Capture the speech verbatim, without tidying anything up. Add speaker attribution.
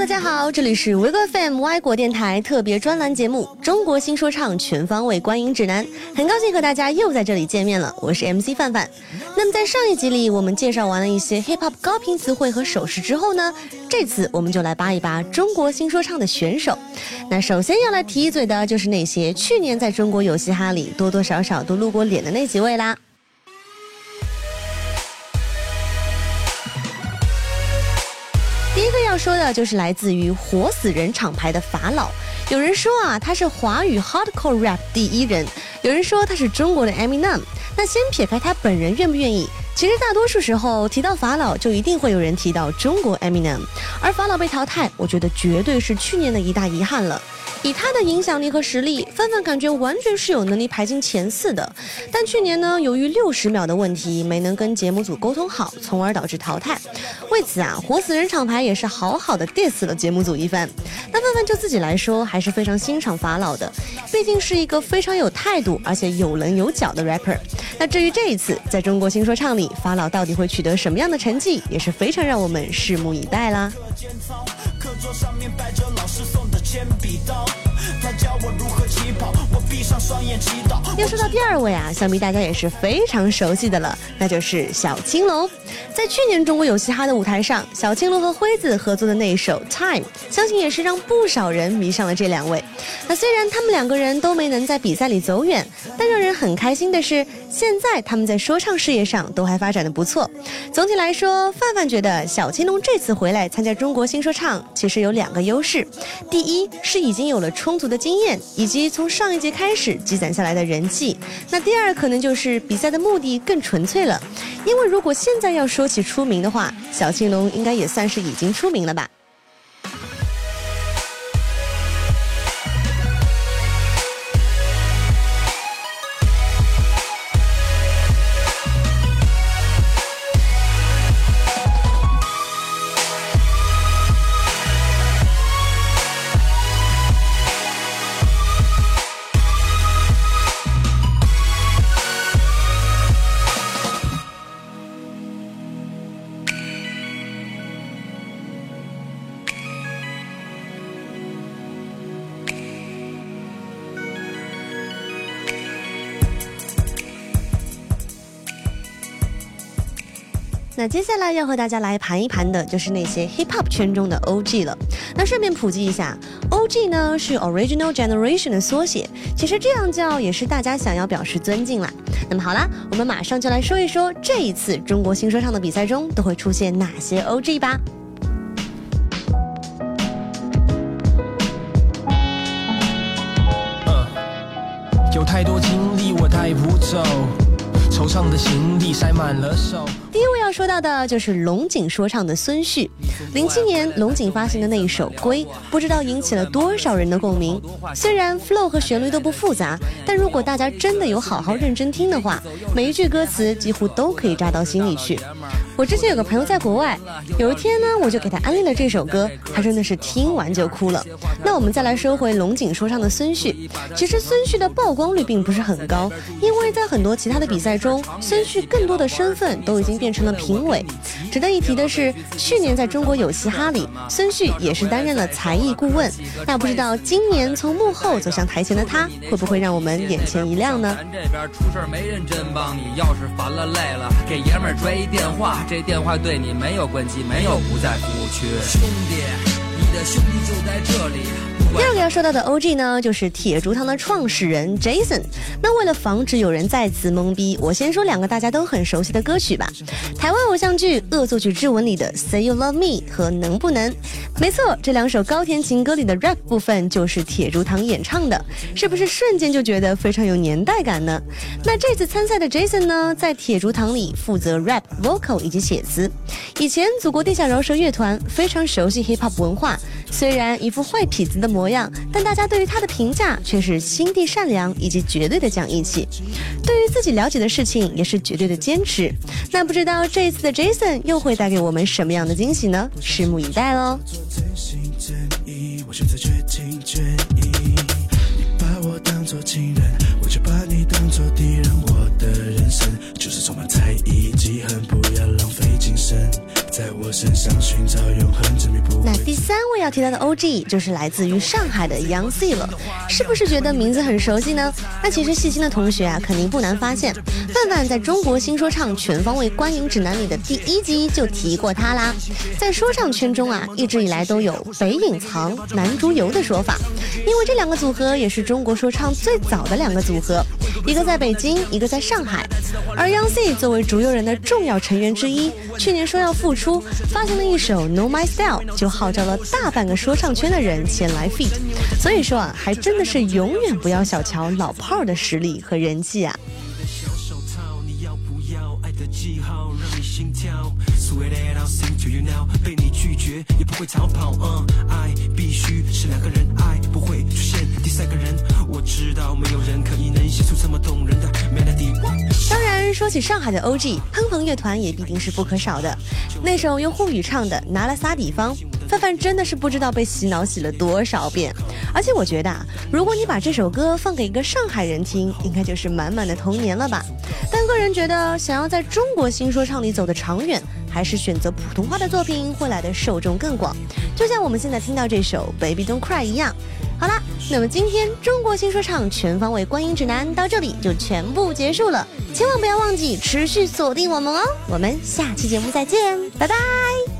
Speaker 1: 大家好，这里是维格 F M 歪果电台特别专栏节目《中国新说唱全方位观影指南》，很高兴和大家又在这里见面了，我是 M C 范范。那么在上一集里，我们介绍完了一些 Hip Hop 高频词汇和手势之后呢，这次我们就来扒一扒中国新说唱的选手。那首先要来提一嘴的就是那些去年在中国有嘻哈里多多少少都露过脸的那几位啦。第一个要说的就是来自于活死人厂牌的法老。有人说啊，他是华语 hardcore rap 第一人，有人说他是中国的 Eminem。那先撇开他本人愿不愿意，其实大多数时候提到法老就一定会有人提到中国 Eminem， 而法老被淘汰，我觉得绝对是去年的一大遗憾了。以他的影响力和实力，范范感觉完全是有能力排进前四的。但去年呢，由于六十秒的问题没能跟节目组沟通好，从而导致淘汰。为此啊，活死人厂牌也是好好的 diss 了节目组一番。那范范就自己来说，还是非常欣赏法老的，毕竟是一个非常有态度而且有棱有角的 rapper。那至于这一次在中国新说唱里，法老到底会取得什么样的成绩，也是非常让我们拭目以待啦。课桌上面摆着老师送的铅笔刀，他教我如何起跑，我闭上双眼祈祷。要说到第二位啊，想必大家也是非常熟悉的了，那就是小青龙。在去年中国有嘻哈的舞台上，小青龙和辉子合作的那一首 Time， 相信也是让不少人迷上了这两位。那虽然他们两个人都没能在比赛里走远，但让人很开心的是，现在他们在说唱事业上都还发展得不错。总体来说，范范觉得小青龙这次回来参加中国新说唱其实有两个优势，第一是已经有了充足的经验，以及从上一届开始积攒下来的人气。那第二可能就是比赛的目的更纯粹了，因为如果现在要说起出名的话，小青龙应该也算是已经出名了吧。那接下来要和大家来盘一盘的就是那些 hip hop 圈中的 O G 了。那顺便普及一下， O G 呢是 Original Generation 的缩写，其实这样叫也是大家想要表示尊敬啦。那么好啦，我们马上就来说一说这一次中国新说唱的比赛中都会出现哪些 O G 吧。
Speaker 2: 嗯，有太多经历我带不走，惆怅的行李塞满了手。
Speaker 1: 第一位要说到的就是龙井说唱的孙旭。零七年龙井发行的那一首《归》，不知道引起了多少人的共鸣。虽然 flow 和旋律都不复杂，但如果大家真的有好好认真听的话，每一句歌词几乎都可以扎到心里去。我之前有个朋友在国外，有一天呢，我就给他安利了这首歌，他真的是听完就哭了。那我们再来说回龙井说唱的孙旭，其实孙旭的曝光率并不是很高，因为在很多其他的比赛中，孙旭更多的身份都已经变成了评委。值得一提的是，去年在中国有嘻哈里，孙旭也是担任了才艺顾问。那不知道今年从幕后走向台前的他，会不会让我们眼前一亮呢？
Speaker 3: 这边出事没人真帮你，要是烦了累了，给爷们儿拽一电话，这电话对你没有关系，没有不在服务区。兄弟，你的兄弟就在这里。
Speaker 1: 第二个要说到的 O G 呢，就是铁竹堂的创始人 Jason。那为了防止有人再次懵逼，我先说两个大家都很熟悉的歌曲吧。台湾偶像剧《恶作剧之吻》里的 Say You Love Me 和能不能，没错，这两首高甜情歌里的 rap 部分就是铁竹堂演唱的，是不是瞬间就觉得非常有年代感呢？那这次参赛的 Jason 呢，在铁竹堂里负责 rap vocal 以及写词。以前祖国地下饶舌乐团，非常熟悉 hip hop 文化，虽然一副坏痞子的模样，但大家对于他的评价却是心地善良以及绝对的讲义气，对于自己了解的事情也是绝对的坚持。那不知道这一次的 Jason 又会带给我们什么样的惊喜呢？拭目以待咯。
Speaker 4: 把我当作情人，我就把你当作敌人。我的人生就是充满猜疑记恨，不要浪费精神在我身上寻找永恒，证明不会。
Speaker 1: 那第三位要提到的 O G 就是来自于上海的 Young C 了，是不是觉得名字很熟悉呢？那其实细心的同学啊，肯定不难发现，范范在中国新说唱全方位观影指南里的第一集就提过他啦。在说唱圈中啊，一直以来都有北隐藏、南竹游的说法，因为这两个组合也是中国说唱最早的两个组合，一个在北京，一个在上海。而 Young C 作为竹游人的重要成员之一，去年说要复出，发行了一首 Know My Style， 就号召了大半个说唱圈的人前来 feat。 所以说啊，还真的是永远不要小瞧老炮儿的实力和人气啊。
Speaker 5: 被你拒绝也不会逃跑，嗯，爱必须是两个人，爱不会出现第三个人。我知道没有人可以能写出这么动人的 melody。
Speaker 1: 当然，说起上海的 O G， 喷棚乐团也必定是不可少的。那首用沪语唱的《拿了仨地方》，范范真的是不知道被洗脑洗了多少遍。而且我觉得啊，如果你把这首歌放给一个上海人听，应该就是满满的童年了吧。但个人觉得，想要在中国新说唱里走得长远，还是选择普通话的作品会来的受众更广，就像我们现在听到这首 Baby Don't Cry 一样。好啦，那么今天中国新说唱全方位观影指南到这里就全部结束了，千万不要忘记持续锁定我们哦，我们下期节目再见，拜拜。